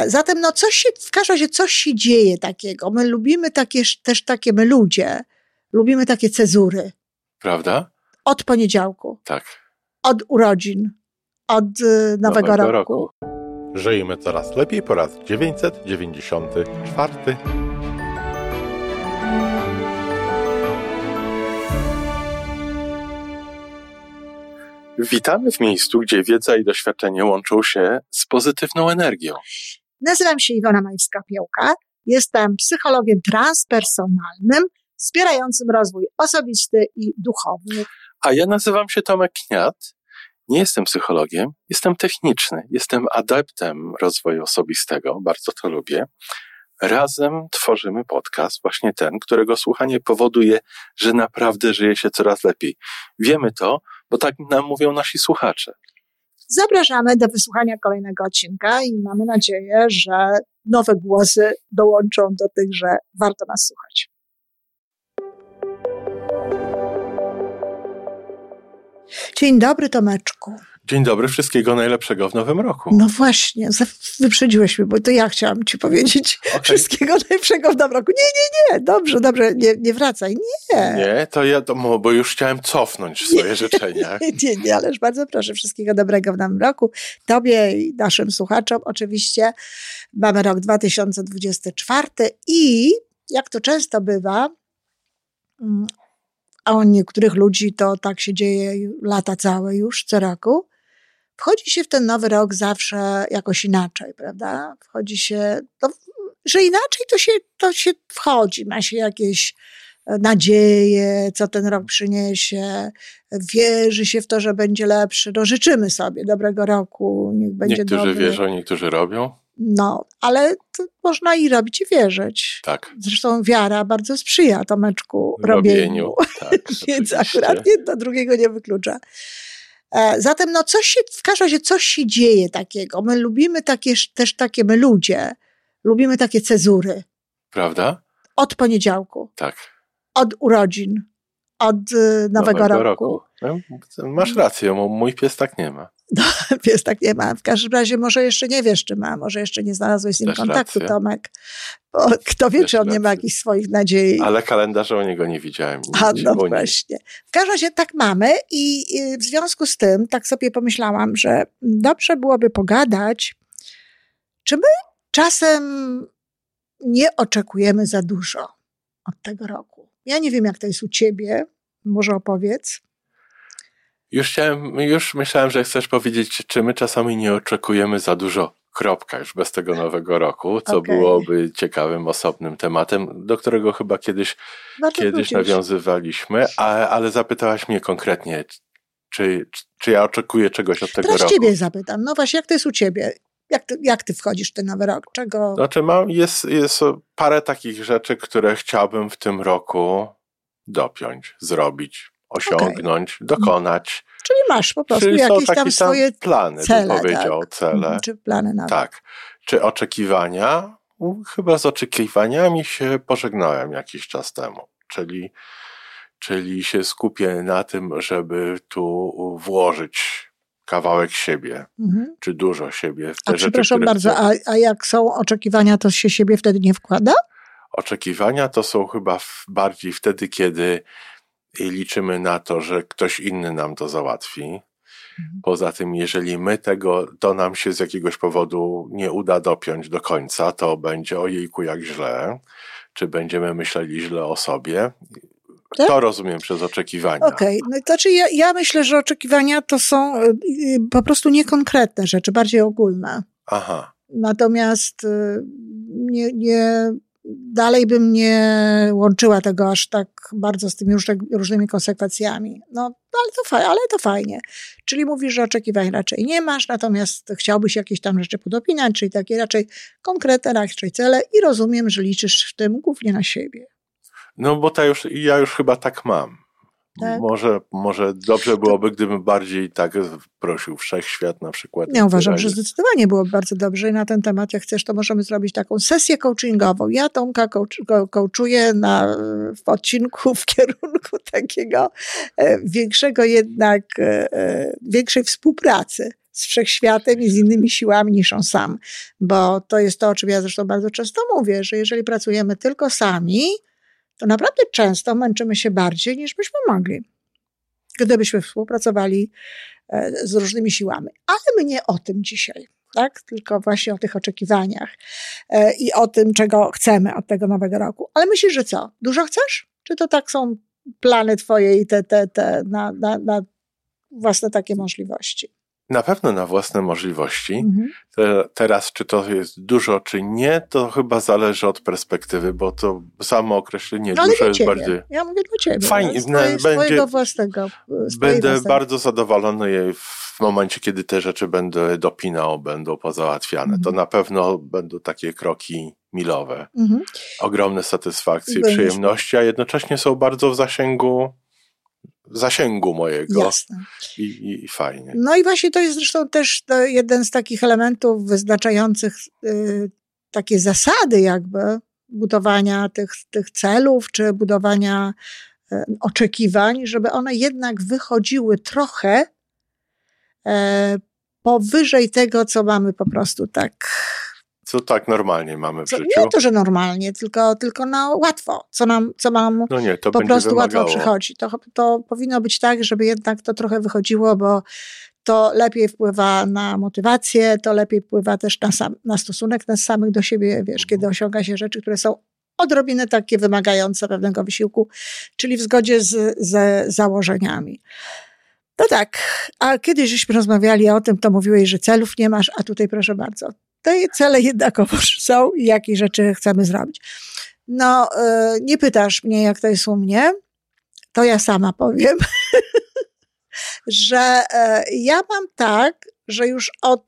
Zatem w każdym razie coś się dzieje takiego. My lubimy my ludzie, lubimy takie cezury. Prawda? Od poniedziałku. Tak. Od urodzin. Od nowego roku. Żyjmy coraz lepiej po raz 994. Witamy w miejscu, gdzie wiedza i doświadczenie łączą się z pozytywną energią. Nazywam się Iwona Majewska-Piołka. Jestem psychologiem transpersonalnym, wspierającym rozwój osobisty i duchowy. A ja nazywam się Tomek Kniat. Nie jestem psychologiem, jestem techniczny, jestem adeptem rozwoju osobistego, bardzo to lubię. Razem tworzymy podcast, właśnie ten, którego słuchanie powoduje, że naprawdę żyje się coraz lepiej. Wiemy to, bo tak nam mówią nasi słuchacze. Zapraszamy do wysłuchania kolejnego odcinka i mamy nadzieję, że nowe głosy dołączą do tych, że warto nas słuchać. Dzień dobry, Tomeczku. Dzień dobry, wszystkiego najlepszego w nowym roku. No właśnie, wyprzedziłeś mnie, bo to ja chciałam ci powiedzieć wszystkiego najlepszego w nowym roku. Nie, dobrze, nie wracaj, nie. Nie, bo już chciałem cofnąć swoje życzenia. Nie, ależ bardzo proszę, wszystkiego dobrego w nowym roku. Tobie i naszym słuchaczom oczywiście. Mamy rok 2024 i jak to często bywa, a u niektórych ludzi to tak się dzieje lata całe już, co roku, wchodzi się w ten nowy rok zawsze jakoś inaczej, prawda? Wchodzi się, że inaczej to się wchodzi, ma się jakieś nadzieje, co ten rok przyniesie, wierzy się w to, że będzie lepszy. No życzymy sobie dobrego roku, niech będzie niektórzy dobry. Niektórzy wierzą, niektórzy robią. No, ale to można i robić, i wierzyć. Tak. Zresztą wiara bardzo sprzyja, Tomeczku, robieniu. Tak, więc akurat jedno drugiego nie wyklucza. Zatem w każdym razie coś się dzieje takiego. My lubimy my ludzie, lubimy takie cezury. Prawda? Od poniedziałku. Tak. Od urodzin. Od nowego roku. Masz rację, mój pies tak nie ma. No, pies tak nie ma. W każdym razie może jeszcze nie wiesz, czy ma. Może jeszcze nie znalazłeś z nim kontaktu, rację. Tomek. Bo kto wie, czy on nie ma jakichś swoich nadziei. Ale kalendarza u niego nie widziałem. No właśnie. W każdym razie tak mamy i w związku z tym tak sobie pomyślałam, że dobrze byłoby pogadać, czy my czasem nie oczekujemy za dużo od tego roku. Ja nie wiem, jak to jest u ciebie. Może opowiedz. Już myślałem, że chcesz powiedzieć, czy my czasami nie oczekujemy za dużo, kropka, już bez tego nowego roku, co byłoby ciekawym, osobnym tematem, do którego chyba kiedyś nawiązywaliśmy, ale zapytałaś mnie konkretnie, czy ja oczekuję czegoś od tego roku. Teraz ciebie zapytam, no właśnie, jak to jest u ciebie? Jak ty wchodzisz w ten nowy rok? Czego? Znaczy jest parę takich rzeczy, które chciałbym w tym roku dopiąć, zrobić, osiągnąć, dokonać. Czyli masz po prostu jakieś tam swoje plany, cele, bym powiedział, tak? cele. Czy plany na tak. Czy oczekiwania? Chyba z oczekiwaniami się pożegnałem jakiś czas temu. Czyli się skupię na tym, żeby tu włożyć kawałek siebie, czy dużo siebie w te rzeczy, przepraszam bardzo, a jak są oczekiwania, to się siebie wtedy nie wkłada? Oczekiwania to są chyba bardziej wtedy, kiedy liczymy na to, że ktoś inny nam to załatwi. Poza tym, jeżeli to nam się z jakiegoś powodu nie uda dopiąć do końca, to będzie ojejku jak źle, czy będziemy myśleli źle o sobie. Tak? To rozumiem przez oczekiwania. Okej. No to znaczy ja myślę, że oczekiwania to są po prostu niekonkretne rzeczy, bardziej ogólne. Aha. Natomiast dalej bym nie łączyła tego aż tak bardzo z tymi różnymi konsekwencjami. No, ale to fajnie. Czyli mówisz, że oczekiwań raczej nie masz, natomiast chciałbyś jakieś tam rzeczy podopinać, czyli takie raczej konkretne, raczej cele i rozumiem, że liczysz w tym głównie na siebie. No bo ja już chyba tak mam. Tak? Może dobrze byłoby, gdybym bardziej tak prosił wszechświat na przykład. Ja uważam, że zdecydowanie byłoby bardzo dobrze i na ten temat, jak chcesz, to możemy zrobić taką sesję coachingową. Ja Tomka coachuję w odcinku w kierunku takiego większej współpracy z wszechświatem i z innymi siłami niż on sam. Bo to jest to, o czym ja zresztą bardzo często mówię, że jeżeli pracujemy tylko sami, to naprawdę często męczymy się bardziej, niż byśmy mogli, gdybyśmy współpracowali z różnymi siłami. Ale nie o tym dzisiaj, tak? Tylko właśnie o tych oczekiwaniach i o tym, czego chcemy od tego nowego roku. Ale myślisz, że co? Dużo chcesz? Czy to tak są plany twoje i na własne takie możliwości? Na pewno na własne możliwości. Teraz, czy to jest dużo, czy nie, to chyba zależy od perspektywy, bo to samo określenie dużo jest bardziej... Ja mówię dla ciebie. Fajnie. Swojego własnego. Będę bardzo zadowolony w momencie, kiedy te rzeczy będę dopinał, będą pozałatwiane. To na pewno będą takie kroki milowe. Ogromne satysfakcje, przyjemności, a jednocześnie są bardzo w zasięgu mojego. Jasne. I fajnie. No i właśnie to jest zresztą też jeden z takich elementów wyznaczających takie zasady jakby budowania tych celów, czy budowania oczekiwań, żeby one jednak wychodziły trochę powyżej tego, co mamy po prostu tak... Co tak normalnie mamy w życiu. Nie to, że normalnie, tylko łatwo, co nam to po prostu wymagało. Łatwo przychodzi. To powinno być tak, żeby jednak to trochę wychodziło, bo to lepiej wpływa na motywację, to lepiej wpływa też na stosunek nas samych do siebie, kiedy osiąga się rzeczy, które są odrobinę takie wymagające pewnego wysiłku, czyli w zgodzie z założeniami. No tak, a kiedyś żeśmy rozmawiali o tym, to mówiłeś, że celów nie masz, a tutaj proszę bardzo, te cele jednakowo są i jakie rzeczy chcemy zrobić. No, nie pytasz mnie, jak to jest u mnie, to ja sama powiem, że ja mam tak, że już od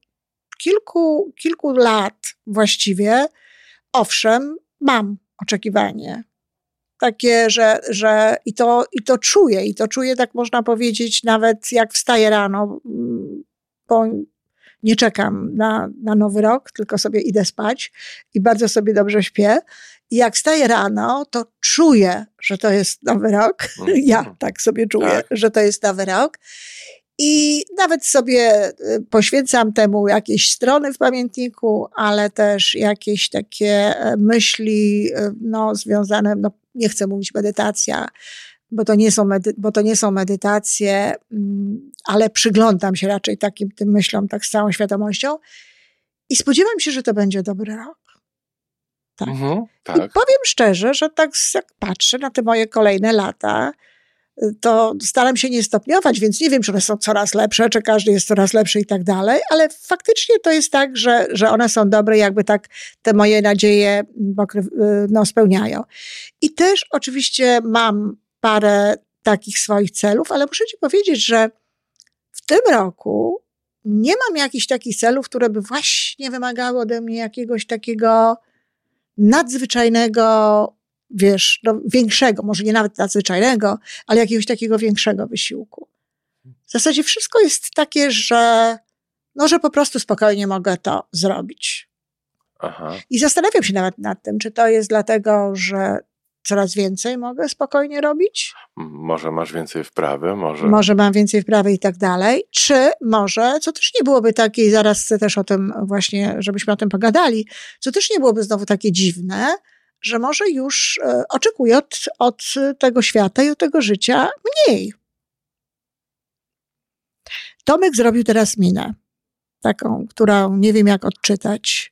kilku lat właściwie, owszem, mam oczekiwanie. Takie, że i to czuję, tak można powiedzieć, nawet jak wstaję rano, bo nie czekam na nowy rok, tylko sobie idę spać i bardzo sobie dobrze śpię. I jak wstaję rano, to czuję, że to jest nowy rok. Ja tak sobie czuję, że to jest nowy rok. I nawet sobie poświęcam temu jakieś strony w pamiętniku, ale też jakieś takie myśli związane, nie chcę mówić medytacja, bo to nie są medytacje, ale przyglądam się raczej tym myślom tak z całą świadomością i spodziewam się, że to będzie dobry rok. Tak. Tak. I powiem szczerze, że tak jak patrzę na te moje kolejne lata, to staram się nie stopniować, więc nie wiem, czy one są coraz lepsze, czy każdy jest coraz lepszy i tak dalej, ale faktycznie to jest tak, że one są dobre, jakby tak te moje nadzieje spełniają. I też oczywiście mam parę takich swoich celów, ale muszę ci powiedzieć, że w tym roku nie mam jakichś takich celów, które by właśnie wymagały ode mnie jakiegoś takiego nadzwyczajnego, większego, może nie nawet nadzwyczajnego, ale jakiegoś takiego większego wysiłku. W zasadzie wszystko jest takie, że po prostu spokojnie mogę to zrobić. Aha. I zastanawiam się nawet nad tym, czy to jest dlatego, że coraz więcej mogę spokojnie robić. Może masz więcej wprawy, Może mam więcej wprawy i tak dalej. Czy może, co też nie byłoby takie, i zaraz chcę też o tym właśnie, żebyśmy o tym pogadali, co też nie byłoby znowu takie dziwne, że może już oczekuję od tego świata i od tego życia mniej. Tomek zrobił teraz taką, którą nie wiem jak odczytać.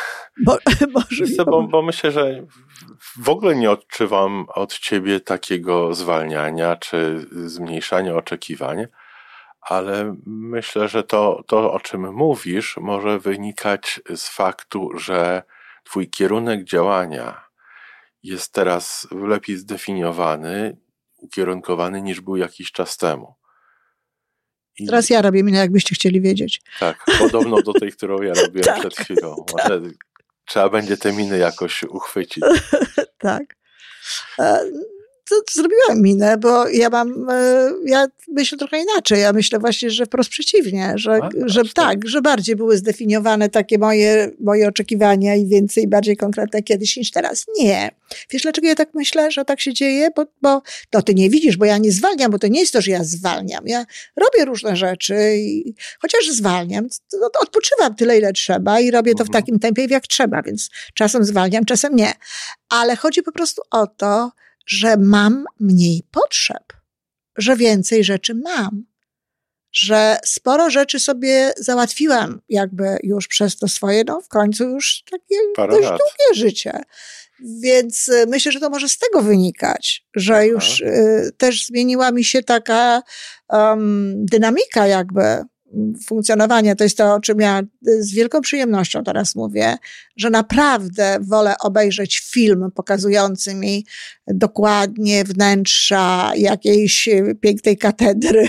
Bo myślę, że w ogóle nie odczuwam od ciebie takiego zwalniania czy zmniejszania oczekiwań, ale myślę, że to, o czym mówisz, może wynikać z faktu, że twój kierunek działania jest teraz lepiej zdefiniowany, ukierunkowany niż był jakiś czas temu. Teraz ja robię minę, jakbyście chcieli wiedzieć. Tak, podobno do tej, którą ja robiłem przed chwilą. Może trzeba będzie te miny jakoś uchwycić. Tak. zrobiłam minę, bo ja myślę trochę inaczej. Ja myślę właśnie, że wprost przeciwnie, że bardziej były zdefiniowane takie moje oczekiwania i więcej, bardziej konkretne kiedyś niż teraz. Nie. Wiesz, dlaczego ja tak myślę, że tak się dzieje? Bo to ty nie widzisz, bo ja nie zwalniam, bo to nie jest to, że ja zwalniam. Ja robię różne rzeczy i chociaż zwalniam, to odpoczywam tyle, ile trzeba i robię to w takim tempie, jak trzeba, więc czasem zwalniam, czasem nie. Ale chodzi po prostu o to, że mam mniej potrzeb, że więcej rzeczy mam, że sporo rzeczy sobie załatwiłam jakby już przez to swoje, w końcu już takie dość długie życie. Więc myślę, że to może z tego wynikać, że już też zmieniła mi się taka dynamika jakby funkcjonowania. To jest to, o czym ja z wielką przyjemnością teraz mówię, że naprawdę wolę obejrzeć film pokazujący mi dokładnie wnętrza jakiejś pięknej katedry,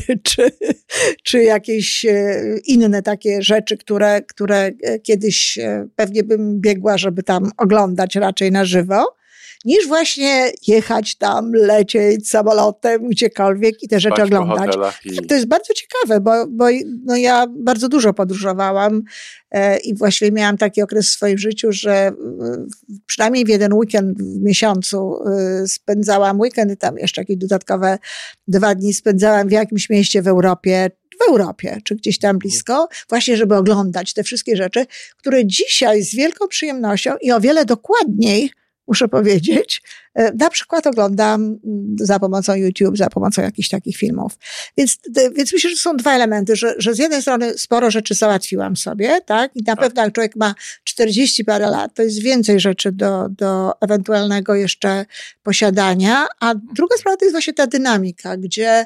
czy jakieś inne takie rzeczy, które kiedyś pewnie bym biegła, żeby tam oglądać raczej na żywo, niż właśnie jechać tam, lecieć samolotem, gdziekolwiek i te rzeczy oglądać. To jest bardzo ciekawe, bo ja bardzo dużo podróżowałam i właściwie miałam taki okres w swoim życiu, że przynajmniej w jeden weekend w miesiącu spędzałam weekend, tam jeszcze jakieś dodatkowe 2 dni spędzałam w jakimś mieście w Europie, czy gdzieś tam blisko, właśnie żeby oglądać te wszystkie rzeczy, które dzisiaj z wielką przyjemnością i o wiele dokładniej, muszę powiedzieć, na przykład oglądam za pomocą YouTube, za pomocą jakichś takich filmów. Więc myślę, że są 2 elementy, że z jednej strony sporo rzeczy załatwiłam sobie, tak? I na pewno jak człowiek ma 40 parę lat, to jest więcej rzeczy do ewentualnego jeszcze posiadania, a druga sprawa to jest właśnie ta dynamika, gdzie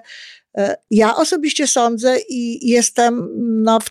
ja osobiście sądzę i jestem w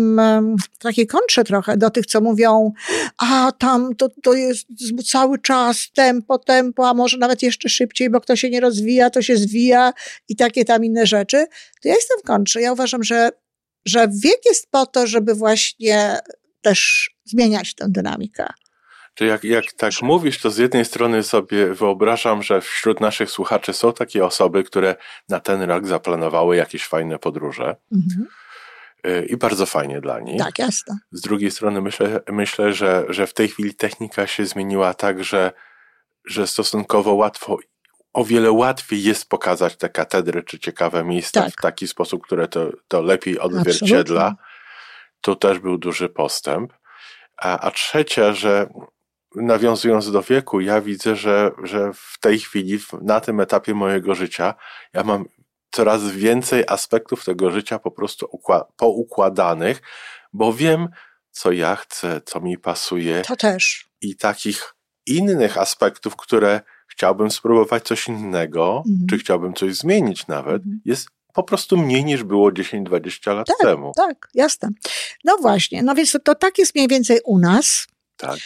takiej kontrze trochę do tych, co mówią, a tam to jest cały czas tempo, a może nawet jeszcze szybciej, bo kto się nie rozwija, to się zwija i takie tam inne rzeczy. To ja jestem w kontrze. Ja uważam, że wiek jest po to, żeby właśnie też zmieniać tę dynamikę. Czy jak tak mówisz, to z jednej strony sobie wyobrażam, że wśród naszych słuchaczy są takie osoby, które na ten rok zaplanowały jakieś fajne podróże. I bardzo fajnie dla nich. Tak, jasne. Z drugiej strony myślę, że w tej chwili technika się zmieniła tak, że stosunkowo łatwo, o wiele łatwiej jest pokazać te katedry czy ciekawe miejsca w taki sposób, które to lepiej odzwierciedla. Absolutnie. Tu też był duży postęp. A trzecia, że nawiązując do wieku, ja widzę, że w tej chwili, na tym etapie mojego życia, ja mam coraz więcej aspektów tego życia po prostu poukładanych, bo wiem, co ja chcę, co mi pasuje. To też. I takich innych aspektów, które chciałbym spróbować coś innego, czy chciałbym coś zmienić nawet, jest po prostu mniej niż było 10-20 lat temu. Tak, jasne. No właśnie, więc to tak jest mniej więcej u nas. Tak.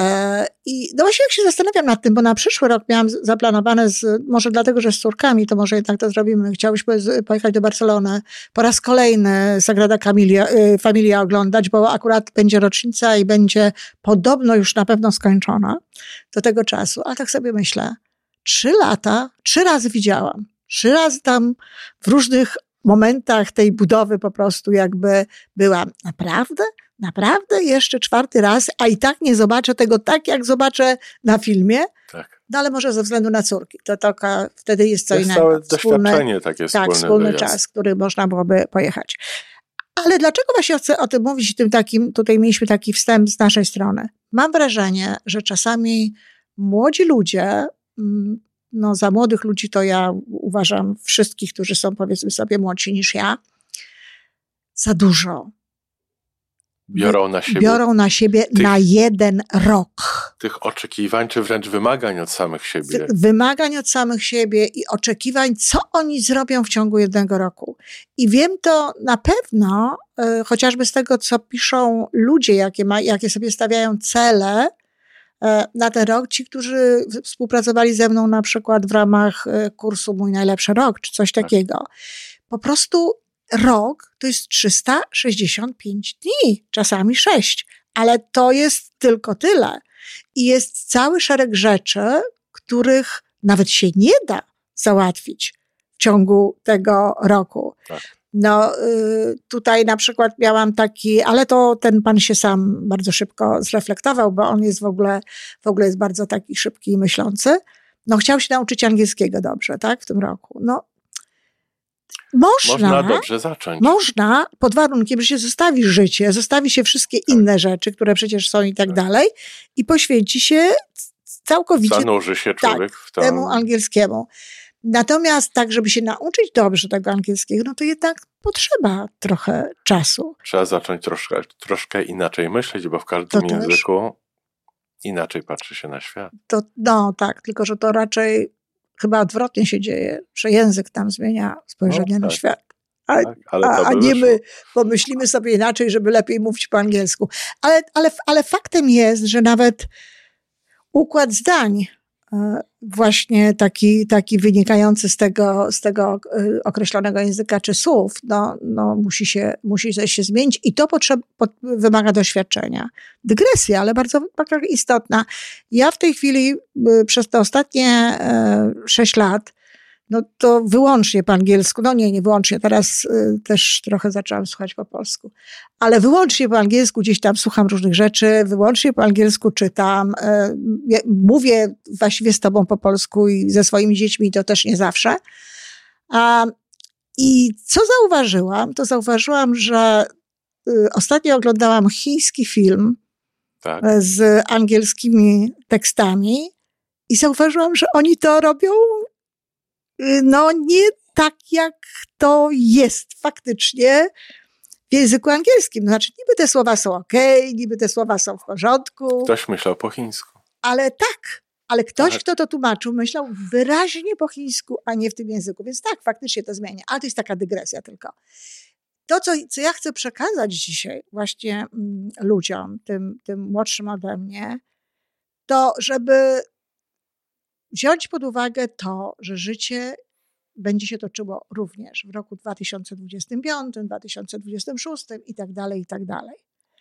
I właśnie jak się zastanawiam nad tym, bo na przyszły rok miałam zaplanowane, może dlatego, że z córkami, to może jednak to zrobimy. Chciałyśmy pojechać do Barcelony po raz kolejny Sagrada Familia oglądać, bo akurat będzie rocznica i będzie podobno już na pewno skończona do tego czasu. A tak sobie myślę, 3 lata, 3 razy widziałam. 3 razy tam w różnych momentach tej budowy po prostu jakby byłam. Naprawdę jeszcze 4 raz, a i tak nie zobaczę tego tak, jak zobaczę na filmie. Tak. No ale może ze względu na córki. To wtedy jest co innego. Całe doświadczenie takie wspólne. Tak, wspólny czas, który można byłoby pojechać. Ale dlaczego właśnie chcę o tym mówić? Tutaj mieliśmy taki wstęp z naszej strony. Mam wrażenie, że czasami młodzi ludzie, za młodych ludzi to ja uważam wszystkich, którzy są powiedzmy sobie młodsi niż ja, za dużo biorą na siebie na 1 rok. Tych oczekiwań, czy wręcz wymagań od samych siebie. Wymagań od samych siebie i oczekiwań, co oni zrobią w ciągu 1 roku. I wiem to na pewno, chociażby z tego, co piszą ludzie, jakie sobie stawiają cele na ten rok. Ci, którzy współpracowali ze mną na przykład w ramach kursu Mój Najlepszy Rok, czy coś takiego. Po prostu rok to jest 365 dni, czasami 6, ale to jest tylko tyle. I jest cały szereg rzeczy, których nawet się nie da załatwić w ciągu tego roku. Tak. No tutaj na przykład miałam taki, ale to ten pan się sam bardzo szybko zreflektował, bo on jest w ogóle jest bardzo taki szybki i myślący. No chciał się nauczyć angielskiego dobrze, tak, w tym roku. No Można dobrze zacząć. Można, pod warunkiem, że się zostawi życie, zostawi się wszystkie inne rzeczy, które przecież są i tak dalej i poświęci się całkowicie zanurzy się człowiek w temu angielskiemu. Natomiast tak, żeby się nauczyć dobrze tego angielskiego, no to jednak potrzeba trochę czasu. Trzeba zacząć troszkę inaczej myśleć, bo w każdym języku inaczej patrzy się na świat. No tak, tylko że to raczej chyba odwrotnie się dzieje, że język tam zmienia spojrzenie na świat. A nie my pomyślimy sobie inaczej, żeby lepiej mówić po angielsku. Ale faktem jest, że nawet układ zdań właśnie taki wynikający z tego określonego języka czy słów, musi się zmienić i to wymaga doświadczenia. Dygresja, ale bardzo istotna. Ja w tej chwili przez te ostatnie 6 lat no to wyłącznie po angielsku, no nie wyłącznie, teraz też trochę zaczęłam słuchać po polsku, ale wyłącznie po angielsku gdzieś tam słucham różnych rzeczy, wyłącznie po angielsku czytam, mówię właściwie z tobą po polsku i ze swoimi dziećmi, to też nie zawsze. I co zauważyłam? To zauważyłam, że ostatnio oglądałam chiński film z angielskimi tekstami i zauważyłam, że oni to robią no nie tak, jak to jest faktycznie w języku angielskim. Znaczy niby te słowa są okej, niby te słowa są w porządku. Ktoś myślał po chińsku. Ale ktoś, kto to tłumaczył, myślał wyraźnie po chińsku, a nie w tym języku. Więc tak, faktycznie to zmienia. Ale to jest taka dygresja tylko. To, co ja chcę przekazać dzisiaj właśnie ludziom, tym młodszym ode mnie, to żeby wziąć pod uwagę to, że życie będzie się toczyło również w roku 2025, 2026 i tak dalej, i tak dalej.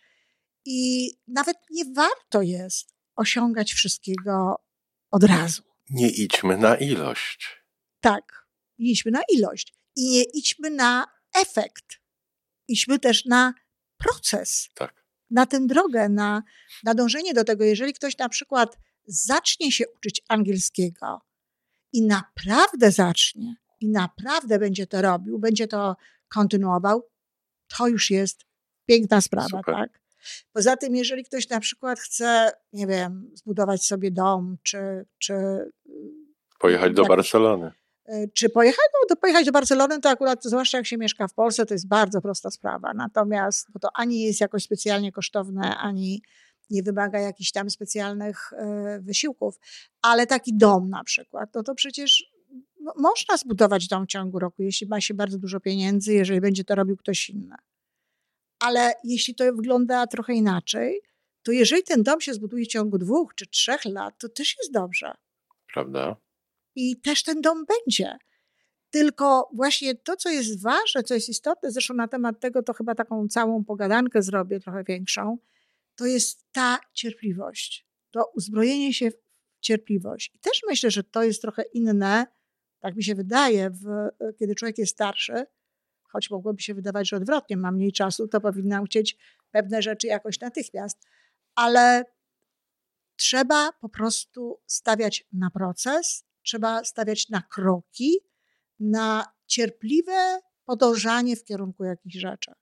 I nawet nie warto jest osiągać wszystkiego od razu. Nie idźmy na ilość. Tak, idźmy na ilość. I nie idźmy na efekt. Idźmy też na proces. Tak. Na tę drogę, na dążenie do tego. Jeżeli ktoś na przykład zacznie się uczyć angielskiego i naprawdę zacznie, i naprawdę będzie to robił, będzie to kontynuował, to już jest piękna sprawa, Super. tak? Poza tym, jeżeli ktoś na przykład chce, nie wiem, zbudować sobie dom, czy pojechać do Barcelony. Czy pojechać do Barcelony, to akurat, zwłaszcza jak się mieszka w Polsce, to jest bardzo prosta sprawa. Natomiast, bo to ani nie jest jakoś specjalnie kosztowne, ani nie wymaga jakichś tam specjalnych wysiłków, ale taki dom na przykład, to przecież można zbudować dom w ciągu roku, jeśli ma się bardzo dużo pieniędzy, jeżeli będzie to robił ktoś inny. Ale jeśli to wygląda trochę inaczej, to jeżeli ten dom się zbuduje w ciągu 2 czy 3 lat, to też jest dobrze. Prawda? I też ten dom będzie. Tylko właśnie to, co jest ważne, co jest istotne, zresztą na temat tego to chyba taką całą pogadankę zrobię, trochę większą, to jest ta cierpliwość, to uzbrojenie się w cierpliwość. I też myślę, że to jest trochę inne, tak mi się wydaje, kiedy człowiek jest starszy, choć mogłoby się wydawać, że odwrotnie, ma mniej czasu, to powinna chcieć pewne rzeczy jakoś natychmiast, ale trzeba po prostu stawiać na proces, trzeba stawiać na kroki, na cierpliwe podążanie w kierunku jakichś rzeczy.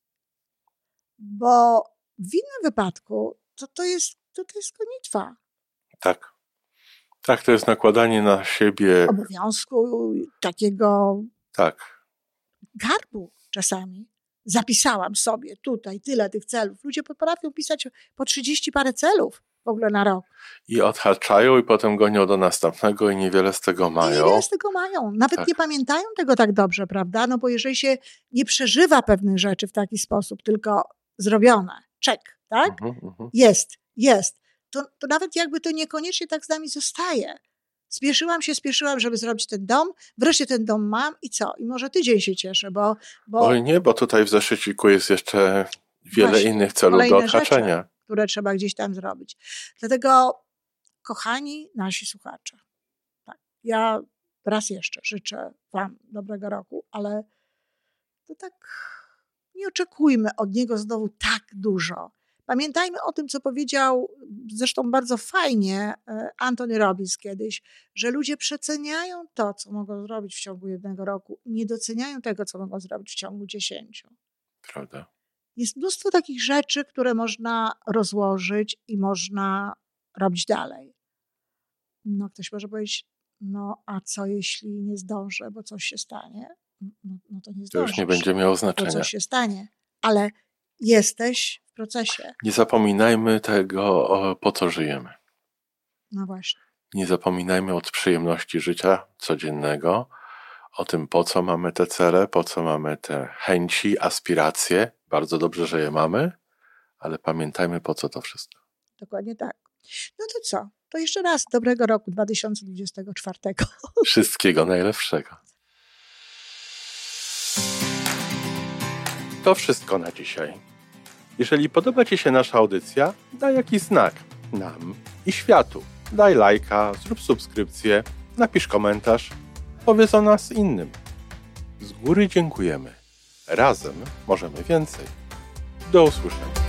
Bo w innym wypadku to jest gonitwa. Tak. Tak, to jest nakładanie na siebie obowiązku, takiego garbu czasami. Zapisałam sobie tutaj tyle tych celów. Ludzie potrafią pisać po 30 parę celów w ogóle na rok. I odhaczają i potem gonią do następnego i niewiele z tego mają. Nawet nie pamiętają tego tak dobrze, prawda? No bo jeżeli się nie przeżywa pewnych rzeczy w taki sposób, tylko zrobione, check, tak? Jest. To nawet jakby to niekoniecznie tak z nami zostaje. Spieszyłam, żeby zrobić ten dom, wreszcie ten dom mam i co? I może tydzień się cieszę, bo... Oj nie, bo tutaj w zeszyciku jest jeszcze wiele innych celów do odhaczenia. Rzeczy, które trzeba gdzieś tam zrobić. Dlatego, kochani nasi słuchacze, tak, ja raz jeszcze życzę wam dobrego roku, ale to tak nie oczekujmy od niego znowu tak dużo. Pamiętajmy o tym, co powiedział zresztą bardzo fajnie Anthony Robbins kiedyś, że ludzie przeceniają to, co mogą zrobić w ciągu 1 roku i nie doceniają tego, co mogą zrobić w ciągu 10. Prawda. Jest mnóstwo takich rzeczy, które można rozłożyć i można robić dalej. No ktoś może powiedzieć, no a co jeśli nie zdążę, bo coś się stanie? No to nie zdążysz. To już nie będzie miało znaczenia. Bo coś się stanie, ale jesteś w procesie. Nie zapominajmy tego, po co żyjemy. No właśnie. Nie zapominajmy od przyjemności życia codziennego, o tym, po co mamy te cele, po co mamy te chęci, aspiracje. Bardzo dobrze, że je mamy, ale pamiętajmy, po co to wszystko. Dokładnie tak. No to co? To jeszcze raz dobrego roku 2024. Wszystkiego najlepszego. To wszystko na dzisiaj. Jeżeli podoba Ci się nasza audycja, daj jakiś znak nam i światu. Daj lajka, zrób subskrypcję, napisz komentarz, powiedz o nas innym. Z góry dziękujemy. Razem możemy więcej. Do usłyszenia.